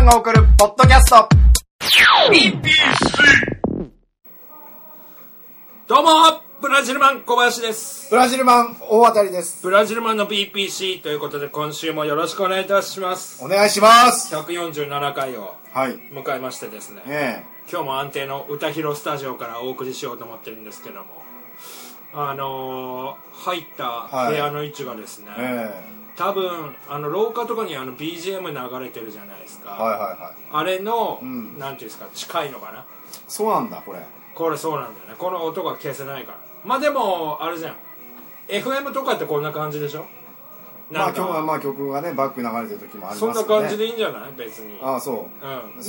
が送るポッドキャスト PPC。 どうもブラジルマン小林です。 ブラジルマン大当です。 ブラジルマンの PPC ということで今週もよろしくお願いいたします。 お願いします。 147回を迎えましてですね、今日も安定の歌広スタジオからお送りしようと思ってるんですけども、入った部屋の位置がですね、多分廊下とかにBGM 流れてるじゃないですか、あれの、なんていうんですか、近いのかな。 そうなんだ。これそうなんだよね。この音が消せないから。まあでもあれじゃん、 FM とかってこんな感じでしょ。 まあ今日は曲がねバック流れてる時もありますよね。 そんな感じでいいんじゃない別に。 ああそう、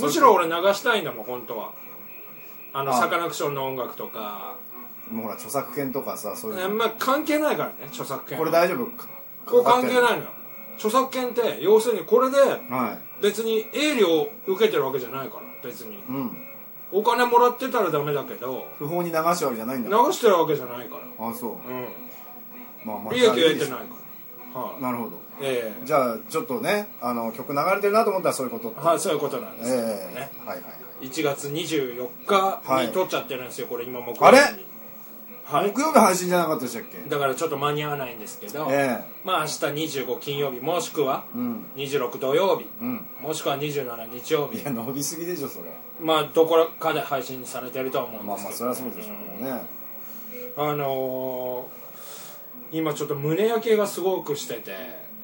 むしろ俺流したいんだもん本当は。サカナクションの音楽とか。 もうほら著作権とかさ、そういうまあ関係ないからね、著作権。 これ大丈夫？ これ関係ないのよ。著作権って要するにこれで別に営利を受けてるわけじゃないから別に、お金もらってたらダメだけど不法に流してるわけじゃないんだ。 流してるわけじゃないから。 ああそう、 利益を得てないから。 なるほど。じゃあちょっとね曲流れてるなと思ったらそういうことって。 そういうことなんですよね。1月24日に撮っちゃってるんですよこれ今木曜日に。 あれ木曜日配信じゃなかったでしたっけ。 だからちょっと間に合わないんですけど、まあ明日25金曜日もしくは26土曜日、もしくは27日曜日。 いや伸びすぎでしょそれ。 まあどこかで配信されてるとは思うんですけど、 それはそうでしょうね。 今ちょっと胸焼けがすごくしてて、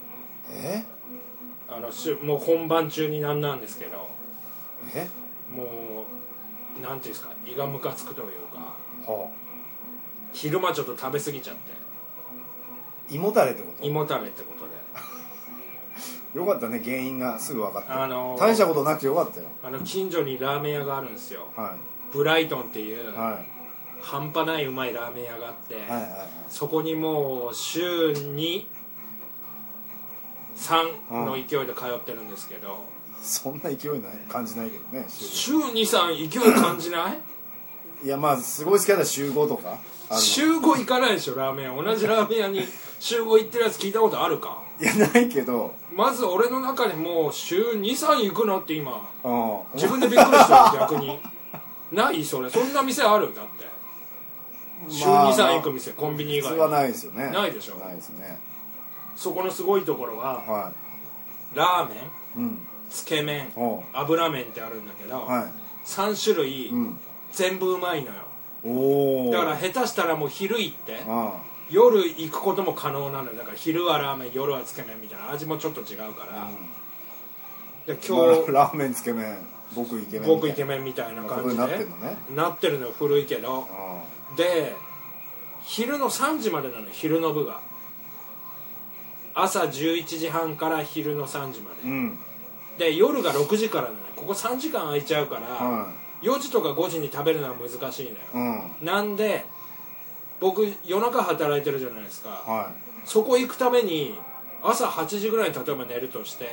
もう本番中になんですけど、もうなんていうんですか、胃がムカつくというか、昼間ちょっと食べ過ぎちゃって。 胃もたれってこと？ 胃もたれってことで。 よかったね、原因がすぐ分かった。大したことなくてよかったよ。 近所にラーメン屋があるんですよ、ブライトンっていう、半端ないうまいラーメン屋があって、そこにもう週に3の勢いで通ってるんですけど、 そんな勢いない感じないけどね。 週に3勢い感じない？ いやまあすごい好きだったら週5とか。 週5行かないでしょラーメン屋。同じラーメン屋に週5行ってるやつ聞いたことあるか？ いやないけど、まず俺の中にもう週 2,3 行くのって今自分でびっくりしたよ逆に。ないそれ、そんな店ある？だって週 2,3 行く店、コンビニ以外普通はないですよね。 ないでしょ。 ないですね。 そこのすごいところは、ラーメン、つけ麺、油麺ってあるんだけど、3種類、全部うまいのよ。だから下手したらもう昼行って夜行くことも可能なのよ。だから昼はラーメン、夜はつけ麺みたいな、味もちょっと違うから、で今日ラーメンつけ麺僕イケメンみたいな感じでなってるのよ。古いけど。で昼の3時までなのよ、昼の部が。朝11時半から昼の3時まで、で夜が6時からなのよ。ここ3時間空いちゃうから、4時とか5時に食べるのは難しいのよ、なんで僕夜中働いてるじゃないですか、そこ行くために朝8時ぐらいに例えば寝るとして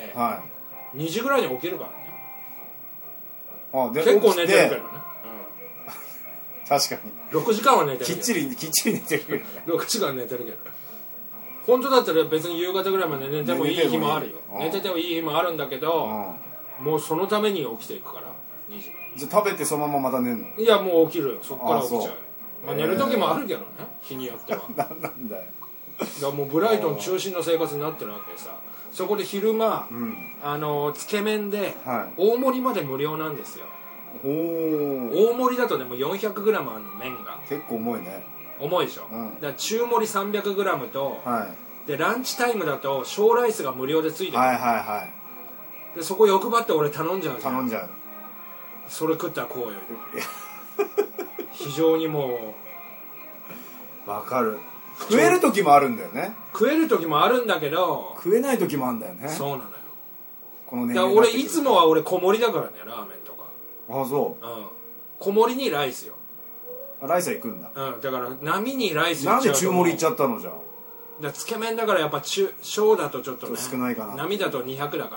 、2時ぐらいに起きるからね。結構寝てるけどね、 確かに 6時間は寝てるけど、 きっちり寝てるけどね。 6時間寝てるけど、本当だったら別に夕方ぐらいまで寝てもいい日もあるよ。寝ててもいい日もあるんだけど、もうそのために起きていくから2時。 じゃあ食べてそのまままた寝るの？いやもう起きるよ、そっから起きちゃう。まあ寝る時もあるけどね、日によっては。 なんなんだよ。 だからもうブライトン中心の生活になってるわけさ。そこで昼間、つけ麺で大盛りまで無料なんですよ。大盛りだとでも 400g あるの、麺が結構重いね。 重いでしょ、だから中盛り 300g と、でランチタイムだと小ライスが無料でついてる、でそこ欲張って俺頼んじゃう。それ食ったらこうよ。非常にもう分かる。食える時もあるんだよね。 食える時もあるんだけど食えない時もあるんだよね。 そうなのよ。 このだから俺いつもは小盛りだからね、ラーメンとか。 そう。 小盛りにライスよ。 ライスは行くんだ。 だから波にライスなんで中盛り行っちゃったのじゃあ。 つけ麺だからやっぱ小だとちょっとね少ないかな。 波だと200だから、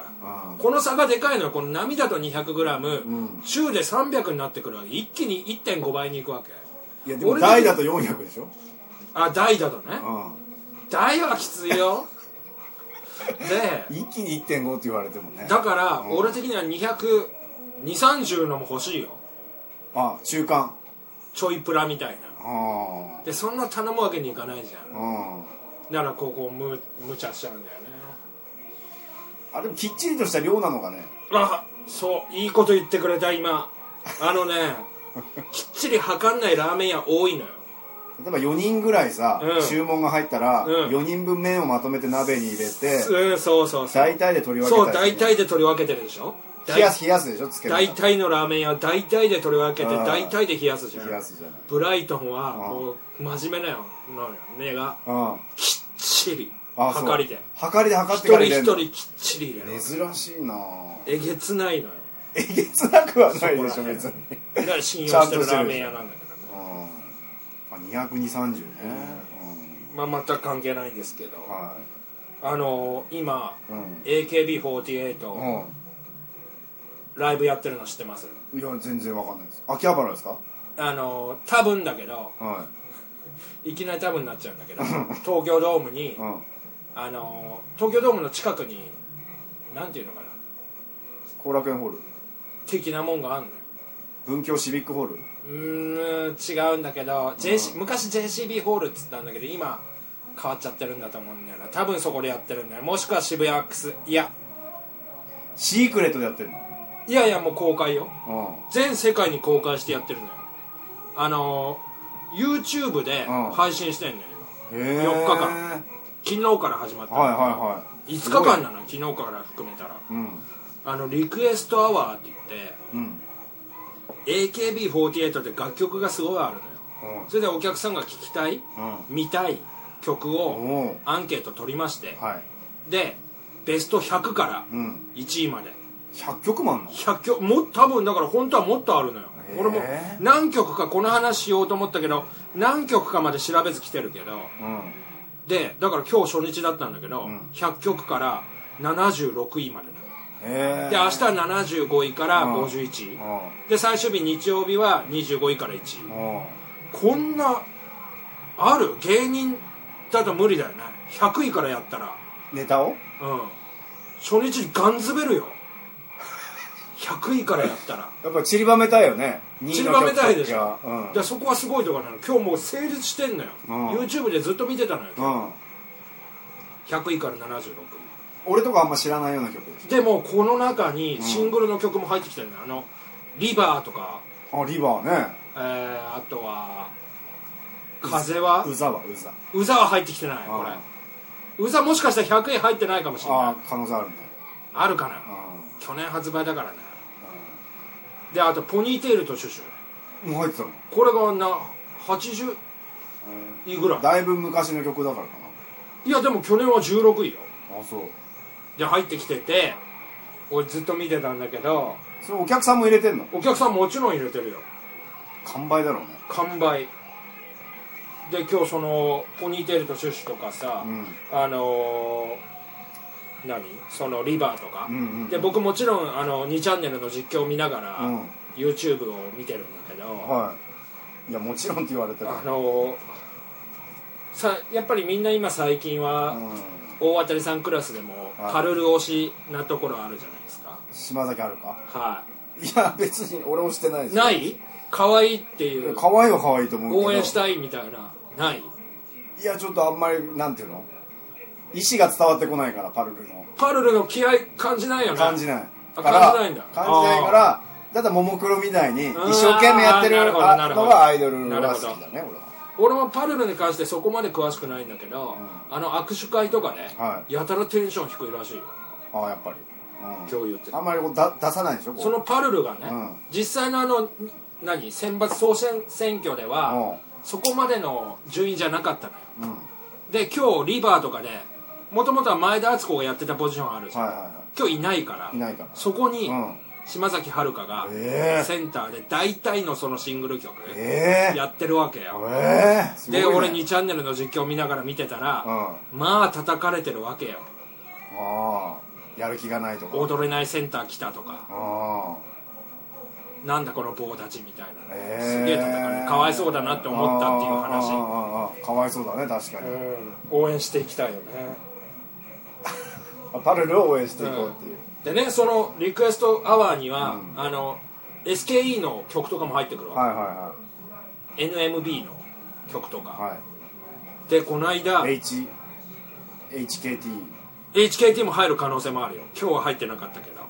この差がでかいのはこの波だと 200g、中で300になってくるわけ。一気に 1.5 倍にいくわけ。 いやでも大だと400でしょ。 大だとね、大はきついよ。 で一気に 1.5 って言われてもね。 だから俺的には220-30のも欲しいよ。 あ、中間ちょいプラみたいな。 あでそんな頼むわけにいかないじゃん。 あ、 だからここ無茶しちゃうんだよね。 あ、でもきっちりとした量なのかね。 あ、そういいこと言ってくれた今。きっちり測んないラーメン屋多いのよ。 例えば4人ぐらいさ、注文が入ったら、4人分麺をまとめて鍋に入れて、 そう大体で取り分けたり。 そう、大体で取り分けてるでしょ。 冷やすでしょ、つける。 大体のラーメン屋は大体で取り分けて大体で冷やすじゃん。 冷やすじゃない。 ブライトンはもう真面目なよ、根がきっちり測りで測ってから入れるの。 一人きっちり入れる。 珍しいな。 えげつないのよ。 えげつなくはないでしょ別に。 だから信用してるラーメン屋なんだけどね。 220-30ね。 まあ全く関係ないんですけど、今 AKB48 ライブやってるの知ってます？ いや全然わかんないです。秋葉原ですか？ 多分だけど、いきなり多分になっちゃうんだけど東京ドームに、東京ドームの近くになんていうのかな、 後楽園ホール的なもんがあんのよ。 文京シビックホール？ 違うんだけど、昔 JCB ホールっつったんだけど今変わっちゃってるんだと思うんだよな。多分そこでやってるんだよ。もしくは渋谷アックス。いやシークレットでやってるの？ いやもう公開よ。全世界に公開してやってるのよ。YouTube で配信してんのよ今。4日間。昨日から始まった。5日間なの、昨日から含めたら。リクエストアワーって言って、AKB48 って楽曲がすごいあるのよ。それでお客さんが聴きたい、見たい曲をアンケート取りまして、でベスト100から1位まで 100曲もあんの ？100曲多分だから本当はもっとあるのよ。俺も何曲かこの話しようと思ったけど何曲かまで調べず来てるけど、でだから今日初日だったんだけど、100曲から76位までなの。で明日は75位から51位で最終日日曜日は25位から1位。こんなある芸人だと無理だよね。100位からやったらネタを初日にガンズベるよ。100位からやったらやっぱ散りばめたいよね。 散りばめたいでしょ。でそこはすごいところなの。今日もう成立してんのよ。YouTube でずっと見てたのよ。100位から76位。 俺とかあんま知らないような曲です。 でもこの中にシングルの曲も入ってきてるのよ。リバーとか。 リバーね。 あとは風はうざは入ってきてない。これうざもしかしたら100位入ってないかもしれない。 可能性あるね。あるかな。去年発売だからね。であとポニーテールとシュシュもう入ってたの？ これが80位ぐらい。 だいぶ昔の曲だからかな。いやでも去年は16位よ。 そうで入ってきてて俺ずっと見てたんだけど。 それお客さんも入れてんの？お客さんもちろん入れてるよ。 完売だろうね。完売で今日そのポニーテールとシュシュとかさ、そのリバーとか、で僕もちろん2チャンネルの実況を見ながら、YouTube を見てるんだけど、 いやもちろんって言われてる。 やっぱりみんな今最近は、大当たりさんクラスでもパルル推しなところあるじゃないですか。 島崎遥か。 はいや別に俺推してないです。 ない？可愛いっていう。 可愛いは可愛いと思うけど。 応援したいみたいなない？ いやちょっとあんまりなんていうの？意思が伝わってこないからパルルの気合感じないよね。 感じない感じないんだ。 感じないからだってももクロみたいに一生懸命やってるのがアイドルが好きだね。 俺もパルルに関してそこまで詳しくないんだけど、握手会とかでやたらテンション低いらしいよ。 やっぱり今日言ってあんまり出さないでしょ。 そのパルルがね、実際の選抜総選挙ではそこまでの順位じゃなかったのよ。で今日リバーとかでもともとは前田敦子がやってたポジションあるじゃん。今日いないからそこに島崎遥香がセンターで大体のそのシングル曲やってるわけよ。で俺2チャンネルの実況を見ながら見てたらまあ叩かれてるわけよ。 やる気がないとか踊れないセンター来たとかなんだこの棒立ちみたいな、すげえ叩かれる。かわいそうだなって思ったっていう話。 かわいそうだね確かに。 応援していきたいよね。 パルルを応援していこうっていう、 でね、そのリクエストアワーには、SKE の曲とかも入ってくるわけ、 はいはいはい、 NMB の曲とか、 はい、 でこの間 HKT も入る可能性もあるよ。今日は入ってなかったけど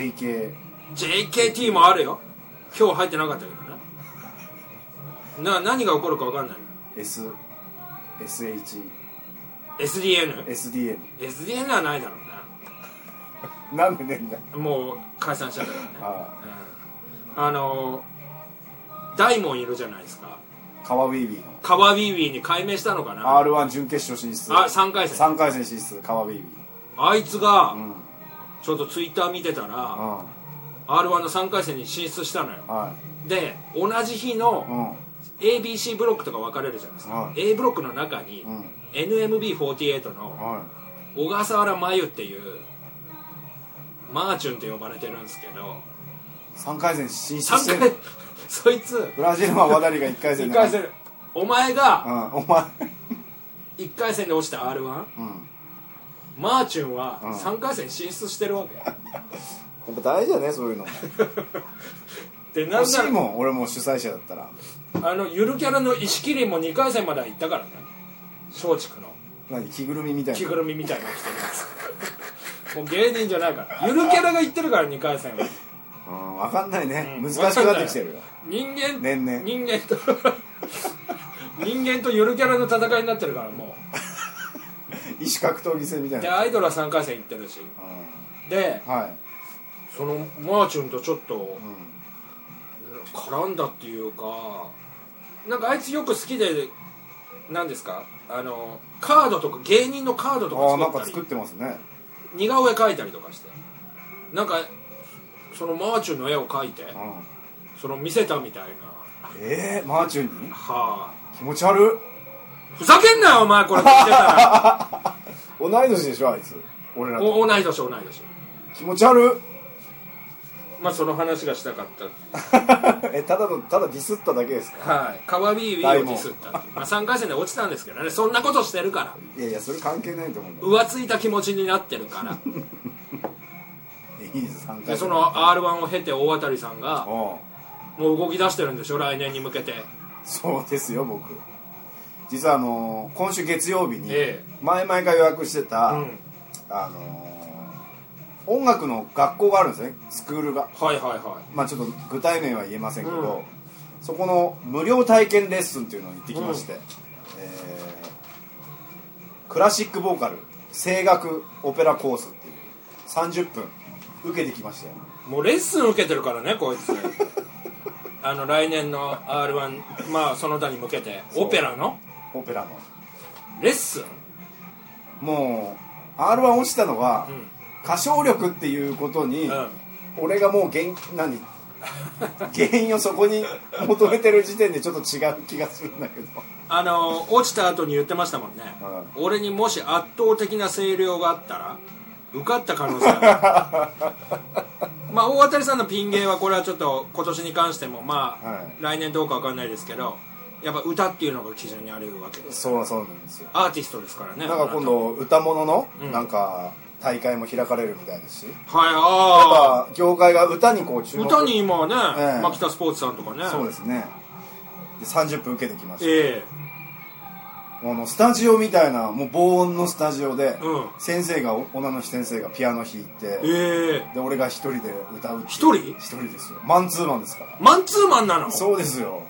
JKT もあるよ。今日は入ってなかったけどね。何が起こるか分かんないの。SDN はないだろうな。なんでねえんだ。 もう解散しちゃったからね。大門いるじゃないですか。 カワウィービーに改名したのかな。 R1 準決勝進出。 3回戦進出。カワウィービー、 あいつが、ちょっとツイッター見てたら、R1 の3回戦に進出したのよ、で同じ日の、ABC ブロックとか分かれるじゃないですか、A ブロックの中に、NMB48 の小笠原真由っていうマーチュンって呼ばれてるんですけど、 3回戦進出してる。 そいつブラジルマン渡りが1回戦でお前が1回戦で落ちた R1、マーチュンは3回戦進出してるわけ。 やっぱ大事だね、そういうので、欲しいもん、俺も主催者だったら。 ゆるキャラの石切りも2回戦までは行ったからね。松竹の着ぐるみみたいな着てるやつもう芸人じゃないからゆるキャラが行ってるから2回戦は。 分かんないね、難しくなってきてるよ。 人間とゆるキャラの戦いになってるからもう異種格闘技戦みたいな。 でアイドルは3回戦行ってるし、で、そのマーチュンとちょっと、絡んだっていうか、なんかあいつよく好きで、何ですか、カードとか芸人のカードとかなんか作ってますね。 似顔絵描いたりとかして、なんかそのマーチュンの絵を描いて、その見せたみたいな。 マーチュンに？気持ち悪っ。 ふざけんなよお前、これ見てたら。 同い年でしょあいつ。俺らと同い年。 気持ち悪っ。 まあその話がしたかった。 ただディスっただけですか？ カワビービーをディスったっていう。3回戦で落ちたんですけどね。そんなことしてるから。 いやそれ関係ないと思うんだ。 浮ついた気持ちになってるから。 いいです、3回戦。 でその R1 を経て大当さんがもう動き出してるんでしょ、来年に向けて。 そうですよ。僕実は今週月曜日に前々から予約してた、音楽の学校があるんですね、スクールが。まあちょっと具体名は言えませんけど、そこの無料体験レッスンっていうのに行ってきまして、クラシックボーカル声楽オペラコースっていう30分受けてきましたよ。 もうレッスン受けてるからねこいつ。来年の R1、まあその他に向けてオペラのレッスン。もう R1 落ちたのは、歌唱力っていうことに、俺がもう原因をそこに求めてる時点でちょっと違う気がするんだけど。 落ちた後に言ってましたもんね、俺にもし圧倒的な声量があったら受かった可能性ある。まあ大当さんのピン芸はこれはちょっと今年に関しても来年どうか分かんないですけど、やっぱ歌っていうのが基準にあるわけです。 そうなんですよ。 アーティストですからね。 なんか今度歌物のなんか大会も開かれるみたいですし、やっぱ業界が歌にこう注目。 歌に今はね、牧田スポーツさんとかね。 そうですね。で30分受けてきました。スタジオみたいな、もう防音のスタジオで、先生が女の先生がピアノ弾いて、で俺が一人で歌う。一人ですよ。マンツーマンですから。 マンツーマンなの？ そうですよ。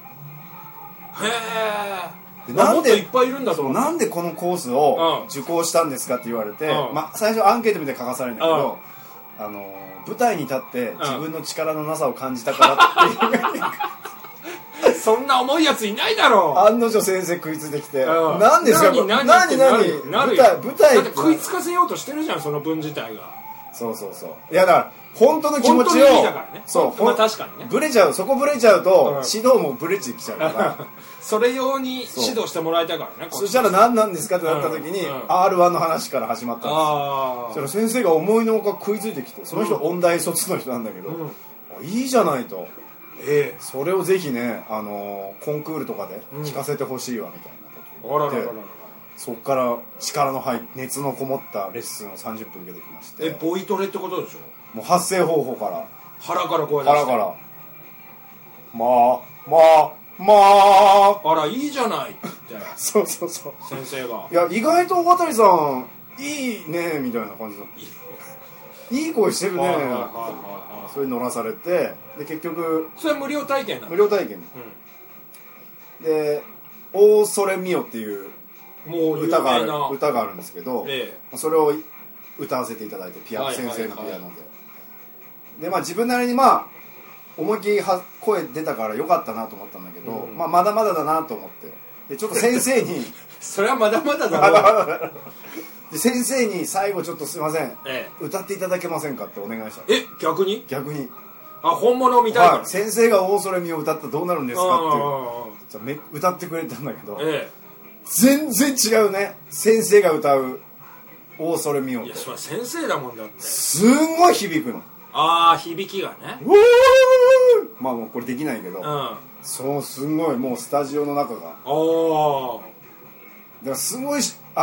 へえ。もっといっぱいいるんだと思う。 なんでこのコースを受講したんですかって言われて、最初アンケートみたいに書かされるんだけど、舞台に立って自分の力のなさを感じたからっていう。 そんな重いやついないだろう。 案の定先生食いついてきて、何ですか？ 何舞台って食いつかせようとしてるじゃん、その分自体が。 そういやだから本当の気持ちを、 確かにね、 ブレちゃうと指導もブレちゃうからそれ用に指導してもらいたいからね。 そしたら何なんですかってなった時に R1 の話から始まったんですよ。そしたら先生が思いのほか食いついてきて、その人音大卒の人なんだけど、いいじゃないと、それをぜひねコンクールとかで聞かせてほしいわみたいなこと言って、 そっから力の入熱のこもったレッスンを30分受けてきまして。 ボイトレってことでしょ？ もう発声方法から腹から声出して、 腹からあらいいじゃないってそう先生が、 いや意外と渡さんいいねみたいな感じだいい声してるねそれに乗らされて、で結局それ無料体験なの？ 無料体験、で「オーソレミオ」っていう歌があるんですけど、それを歌わせていただいて、先生のピアノで、自分なりに思いっきり声出たからよかったなと思ったんだけど、まだまだだなと思って、でちょっと先生にそれはまだまだだろで先生に最後ちょっとすいません、歌っていただけませんかってお願いした。 逆に本物を見たいから、 先生が「オーソレミオ」歌ったらどうなるんですかっていう歌ってくれたんだけど、全然違うね、先生が歌う「オーソレミオ」って。いやそれは先生だもんだって。 すんごい響くの。 響きがね。 もうこれできないけど、そうすんごいもうスタジオの中がだからすごい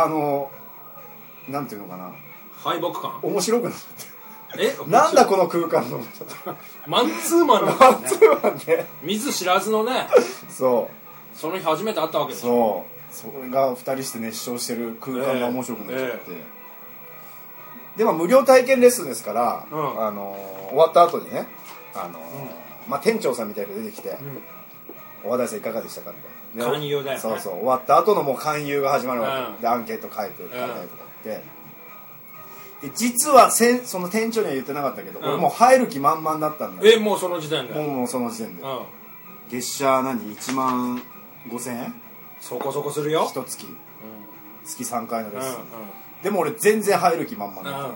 なんていうのかな、 敗北感面白くなってなんだこの空間のマンツーマンマンツーマンで見ず知らずのね、その日初めて会ったわけですよ。 それが2人して熱唱してる空間が面白くなっちゃって、で無料体験レッスンですから、終わった後にね、店長さんみたいなの出てきて「小渡さんいかがでしたか?」みたいな、 勧誘だよね。 終わった後のもう勧誘が始まるわけで、アンケート書いてくれたりとかってで、実はその店長には言ってなかったけど、俺もう入る気満々だったんだよ。 もうその時点でもうその時点で、月謝1万5000円そこそこするよ、 1月、月3回のレッスン、でも俺全然入る気満々だった、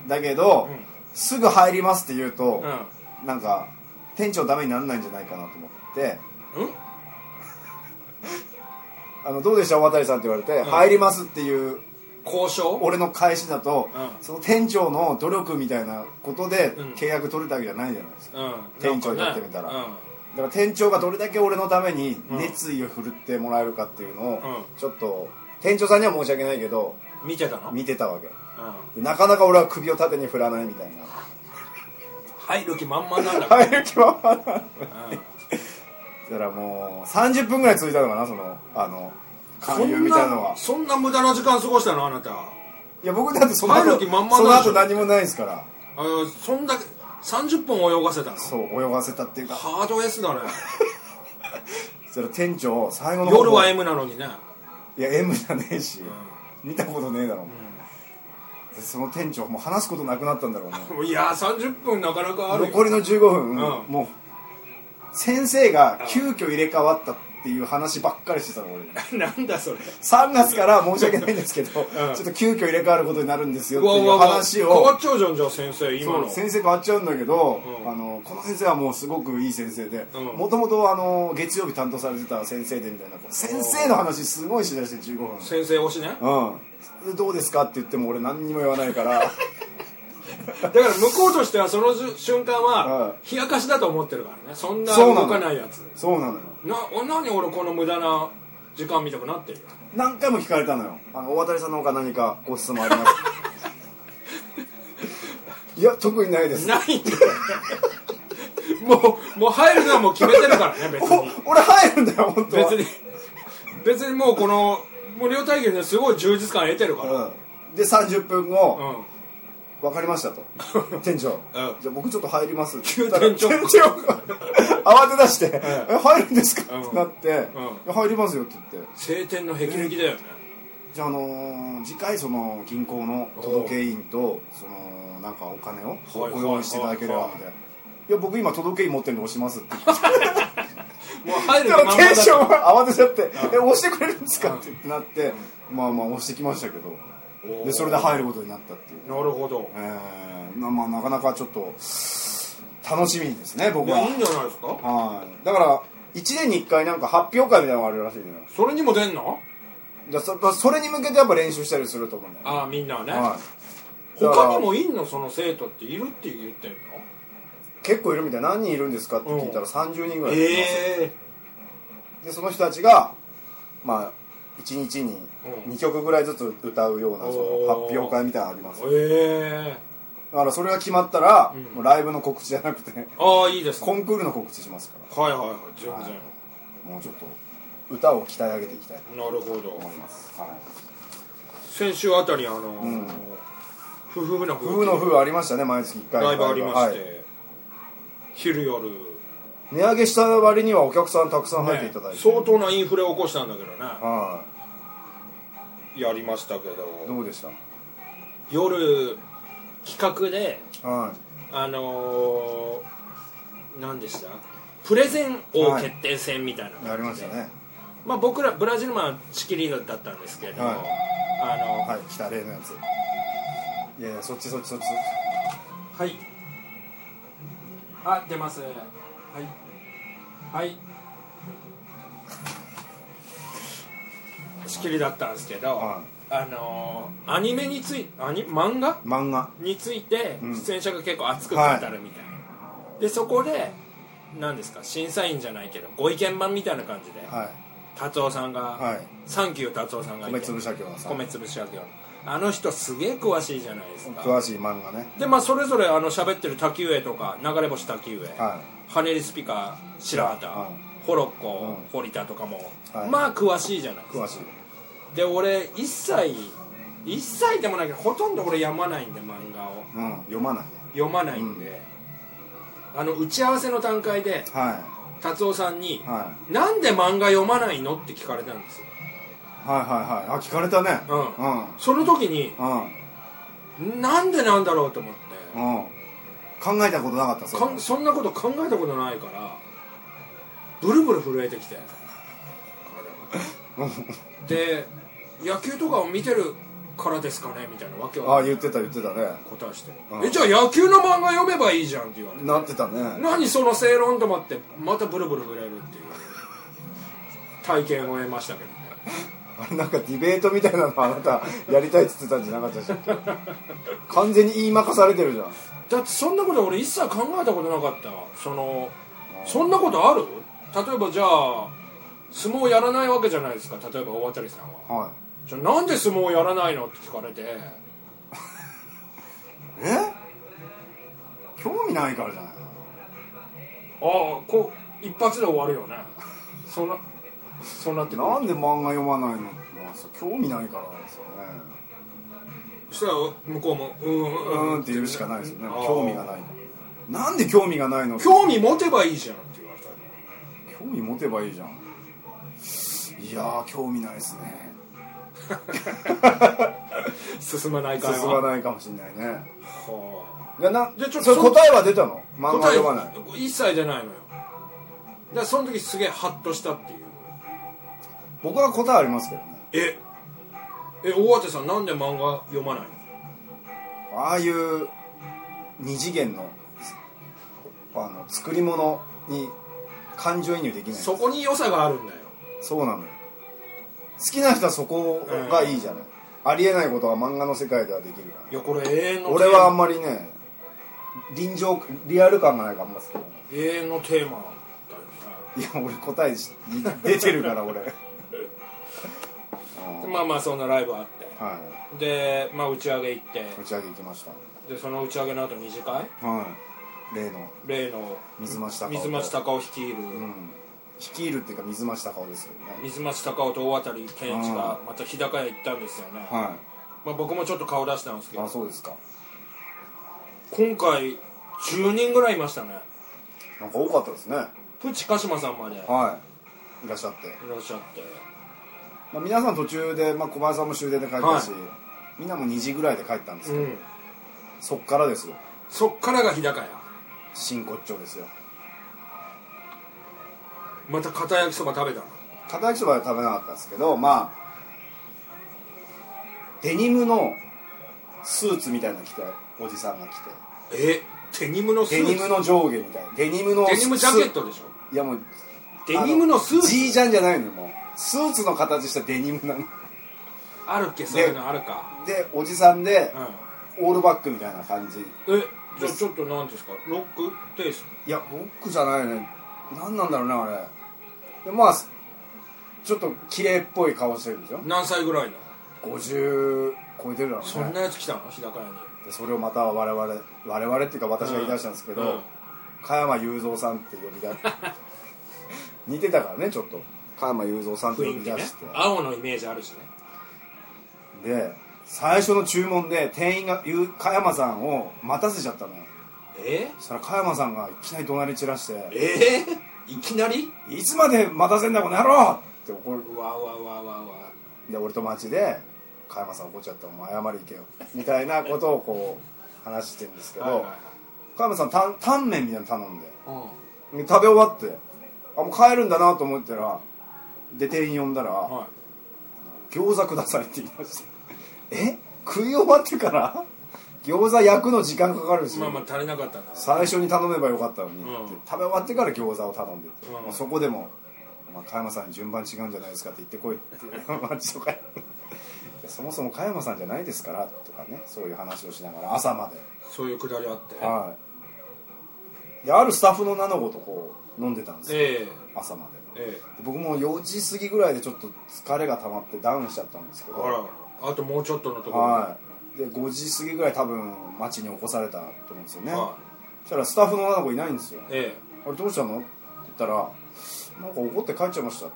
だけど、すぐ入りますって言うと、なんか店長ダメにならないんじゃないかなと思ってどうでした渡さんって言われて、入りますっていう交渉俺の返しだと、その店長の努力みたいなことで契約取れたわけじゃないじゃないですか、店長にとってみたら、だから店長がどれだけ俺のために熱意を振るってもらえるかっていうのを、ちょっと店長さんには申し訳ないけど見てたわけ、なかなか俺は首を縦に振らないみたいな。 入る気満々なんだ入る気満々なんだだからもう30分ぐらい続いたのかな、その勧誘みたいなのは。 そんな無駄な時間過ごしたのあなた。 いや僕だってその後何もないですから。 そんだけ30分泳がせたの。 そう泳がせたっていうかハード S だねそれ店長最後の夜は M なのにね。 いや M じゃねえし、見たことねえだろ、その店長もう話すことなくなったんだろうねいや30分なかなかある。 残りの15分、もう先生が急遽入れ替わったっていう話ばっかりしてたの俺なんだそれ。 3月から申し訳ないんですけど、ちょっと急遽入れ替わることになるんですよっていう話を。 変わっちゃうじゃん、じゃあ先生今の。 先生変わっちゃうんだけど、この先生はもうすごくいい先生で、もともと月曜日担当されてた先生でみたいな、先生の話すごいしだして15分。 先生推しね。 どうですかって言っても俺何にも言わないからだから向こうとしてはその瞬間は冷やかしだと思ってるからね。そんな動かないやつ。 そうなのよ。 何俺この無駄な時間見たくなってる。 何回も聞かれたのよ。大渡さんのほか何かご質問ありますいや特にないです。 ないんだもう入るのはもう決めてるからね別に。 俺入るんだよ本当は。 別にもうこの無料体験ですごい充実感得てるから、 で30分後、分かりましたと店長、じゃあ僕ちょっと入りますって言ったら店長が慌て出して入るんですかってなって入りますよって言って晴天の霹靂だよね。 じゃあ次回その銀行の届け印とそのなんかお金をご用意していただければみたいな。いや僕今届け印持ってるんで押しますって言ってもう入る気満々だった。 テンションが慌てちゃって押してくれるんですかってなって押してきましたけど、でそれで入ることになったっていう。 なるほど。 なかなかちょっと楽しみですね僕は。 いいんじゃないですか。 だから1年に1回なんか発表会みたいなのがあるらしいのよ。 それにも出んの？ じゃそれに向けてやっぱ練習したりすると思うんだよね。 みんなはね。他にもいんのその生徒っているって言ってんの？ 結構いるみたい。何人いるんですかって聞いたら30人ぐらいいます。でその人たちが 1日に2曲ぐらいずつ歌うようなその発表会みたいなのあります。だからそれが決まったら、もうライブの告知じゃなくて、 いいですね、 コンクールの告知しますから。 はいはいはい、全然、 もうちょっと歌を鍛え上げていきたいとなるほど思います。 先週あたり夫婦の風ありましたね。毎月1回ライブありまして、昼夜値上げした割にはお客さんたくさん入っていただいて、 相当なインフレを起こしたんだけどね、やりましたけど、 どうでした？ 夜企画で、何でした？プレゼン王決定戦みたいなのがやりましたね。 僕らブラジルマン仕切りだったんですけど、 来た例のやつ。いやいや、そっち。 はい。出ます。はい。仕切りだったんですけど、アニメについて、漫画について出演者が結構熱く語るみたいな。でそこで何ですか、審査員じゃないけどご意見番みたいな感じで、達夫さんが、サンキュー達夫さんがいて、米粒社協のあの人すげえ詳しいじゃないですか。 詳しい漫画ね。 でそれぞれ喋ってる滝上とか流れ星滝上、ハネリスピカ白畑、ホロッコ、堀田とかも、詳しいじゃないですか。詳しい。で俺一切でもないけどほとんど俺読まないんで、漫画を、読まないんで、打ち合わせの段階で、達夫さんに、なんで漫画読まないのって聞かれたんですよ。聞かれたね。その時に、なんでなんだろうと思って、 考えたことなかった。 そんなこと考えたことないからブルブル震えてきてで野球とかを見てるからですかねみたいなわけは言ってたね、 答えして、じゃあ野球の漫画読めばいいじゃんって言われて、 なってたね。 何その正論と思って、またブルブル震えるっていう体験を得ましたけどね。 なんかディベートみたいなのあなたやりたいって言ってたんじゃなかったでしたっけ？完全に言いまかされてるじゃん。 だってそんなこと俺一切考えたことなかった。そんなことある？例えばじゃあ相撲やらないわけじゃないですか。例えば大渡さんは、じゃあなんで相撲やらないのって聞かれて興味ないからじゃないの？一発で終わるよね。そうなってくる。 なんで漫画読まないの？興味ないからですよね。 そしたら向こうもって言うしかないですよね。興味がないの。なんで興味がないの？ 興味持てばいいじゃんって言われた。 興味持てばいいじゃん。いやー、興味ないですね。 進まないかもしれないね。 じゃあそれ答えは出たの？漫画読まない。 一切じゃないのよ。だからその時すげえハッとしたっていう。 僕は答えありますけどね。 大当さんなんで漫画読まないの？ ああいう二次元の作り物に感情移入できない。 そこに良さがあるんだよ。 そうなのよ。好きな人はそこがいいじゃない。ありえないことが漫画の世界ではできるから。 いやこれ永遠の俺はあんまりね、リアル感がないからあんま好きなの。 永遠のテーマいや俺答え出てるから俺そんなライブあって、で打ち上げ行きました。 でその打ち上げの後二次会、例の水町隆夫率いる、 率いるっていうか水町隆夫ですよね。 水町隆夫と大渡健一がまた日高屋行ったんですよね。僕もちょっと顔出したんですけど。 そうですか。 今回10人ぐらいいましたね。 なんか多かったですね。 プチ鹿島さんまで、 いらっしゃって、皆さん途中で、小林さんも終電で帰ったし、みんなも2時ぐらいで帰ったんですけど、そっからですよ。 そっからが日高屋真骨頂ですよ。 また片焼きそば食べたの？ 片焼きそばは食べなかったんですけど、デニムのスーツみたいなの着ておじさんが来て、 デニムのスーツ？ デニムの上下みたいな。デニムジャケットでしょ？ いやもうデニムのスーツ？ ジージャンじゃないのよ。もうスーツの形したデニムなの。 あるっけ？そういうのあるか。 でおじさんで、オールバックみたいな感じ。 じゃあちょっと何ですか？ロックテイスト？ いやロックじゃないね。何なんだろうねあれ。でちょっと綺麗っぽい顔してるでしょ。 何歳ぐらいの ？50超えてるだろうね。 そんなやつ来たの日高屋に。 でそれをまた我々っていうか私が言い出したんですけど、加山雄三さんって呼び出似てたからね、ちょっと加山雄三さんって呼び出して、 青のイメージあるしね。 で最初の注文で店員が加山さんを待たせちゃったのよ。そしたら加山さんがいきなり怒鳴り散らして、 いきなりいつまで待たせんだこの野郎って怒る。 わで俺友達で加山さん怒っちゃったらお前謝り行けよみたいなことをこう話してるんですけど、加山さんタンメンみたいなの頼んで、食べ終わってもう帰るんだなと思ったら、で店員呼んだら、餃子くださいって言いました食い終わってから餃子焼くの時間かかるし、 まあ足りなかったんだ、 最初に頼めばよかったのに、食べ終わってから餃子を頼んでって、そこでも加山さんに順番違うんじゃないですかって言ってこいってそもそも加山さんじゃないですからとかね、そういう話をしながら朝までそういうくだりあって、 であるスタッフの名の子とこう飲んでたんですよ、朝まで、で僕も4時過ぎぐらいでちょっと疲れが溜まってダウンしちゃったんですけど、 あともうちょっとのところで5時過ぎぐらい多分街に起こされたと思うんですよね、そしたらスタッフの女の子いないんですよ、あれどうしたのって言ったら、なんか怒って帰っちゃいました、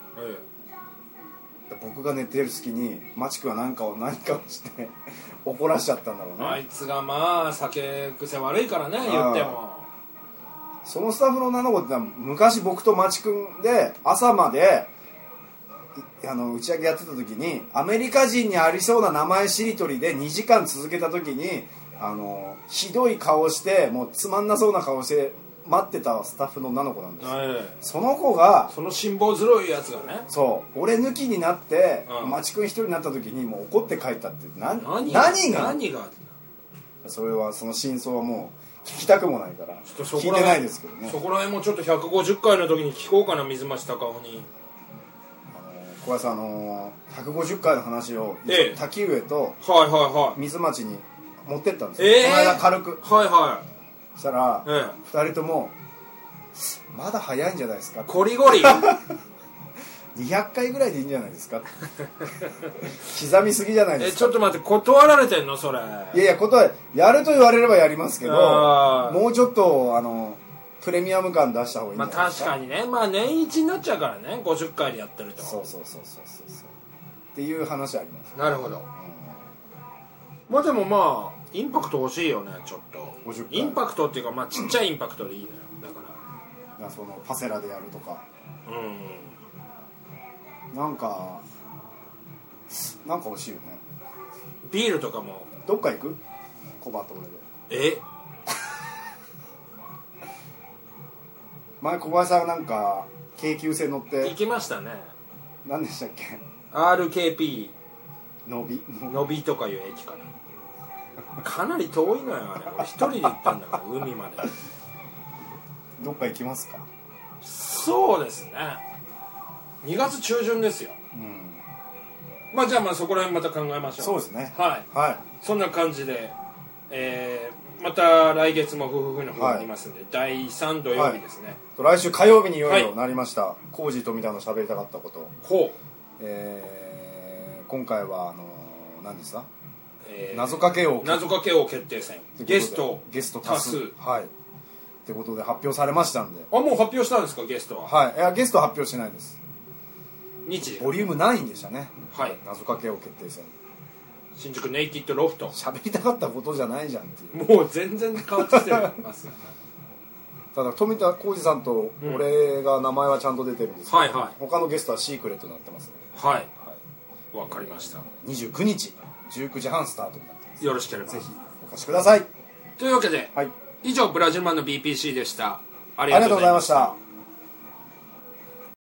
僕が寝てる隙にマチ君は何かをして怒らしちゃったんだろうね。 あいつがまあ酒癖悪いからね、言っても。 そのスタッフの女の子ってのは昔僕とマチ君で朝まで打ち上げやってた時に、アメリカ人にありそうな名前しりとりで2時間続けた時にひどい顔して、もうつまんなそうな顔して待ってたスタッフの女の子なんですよ、その子が、その辛抱強いやつがね、 そう俺抜きになって、マチ君一人になった時にもう怒って帰ったって。何がそれはその真相はもう聞きたくもないから聞いてないですけどね。 そこら辺もちょっと150回の時に聞こうかな、水町隆夫に。 小林さん、150回の話を滝上と水町に持ってったんですよ、この間軽く。そしたら、2人ともまだ早いんじゃないですか、 コリゴリ 200回ぐらいでいいんじゃないですか刻みすぎじゃないですか。 ちょっと待って、断られてんのそれ。 いややると言われればやりますけど、もうちょっとプレミアム感出した方がいいんじゃないですか。 確かにね、年一になっちゃうからね、50回でやってると。 そうっていう話あります。 なるほど、まあでもインパクト欲しいよね、ちょっと。インパクトっていうか、ちっちゃいインパクトでいいのよ。だからそのパセラでやるとか、なんか欲しいよね。 ビールとかも。 どっか行く？コバと俺で。前小林さんがなんか京急線乗って行きましたね。 何でしたっけ？ RKP のびとかいう駅かな。かなり遠いのよあれ。俺一人で行ったんだから海まで。 どっか行きますか？ そうですね、2月中旬ですよ。じゃあそこら辺また考えましょう。 そうですね。 そんな感じで、また来月も夫婦の方がありますんで、第3土曜日ですね、 来週火曜日にいよいよなりました、コージー富田の喋りたかったこと。今回は何ですか、謎かけ王決定戦、ゲスト多数ってことで発表されましたんで。 もう発表したんですか、ゲストは。 いやゲストは発表してないです。 日時ボリューム9でしたね。謎かけ王決定戦、 新宿ネイキッドロフト。 喋りたかったことじゃないじゃんっていう。 もう全然変わってきてますただ富田浩二さんと俺が名前はちゃんと出てるんですけど、他のゲストはシークレットになってますので。 わかりました。 29日19時半スタートになってます。 よろしければぜひお越しください。 というわけで、以上ブラジルマンの BPC でした。 ありがとうございました。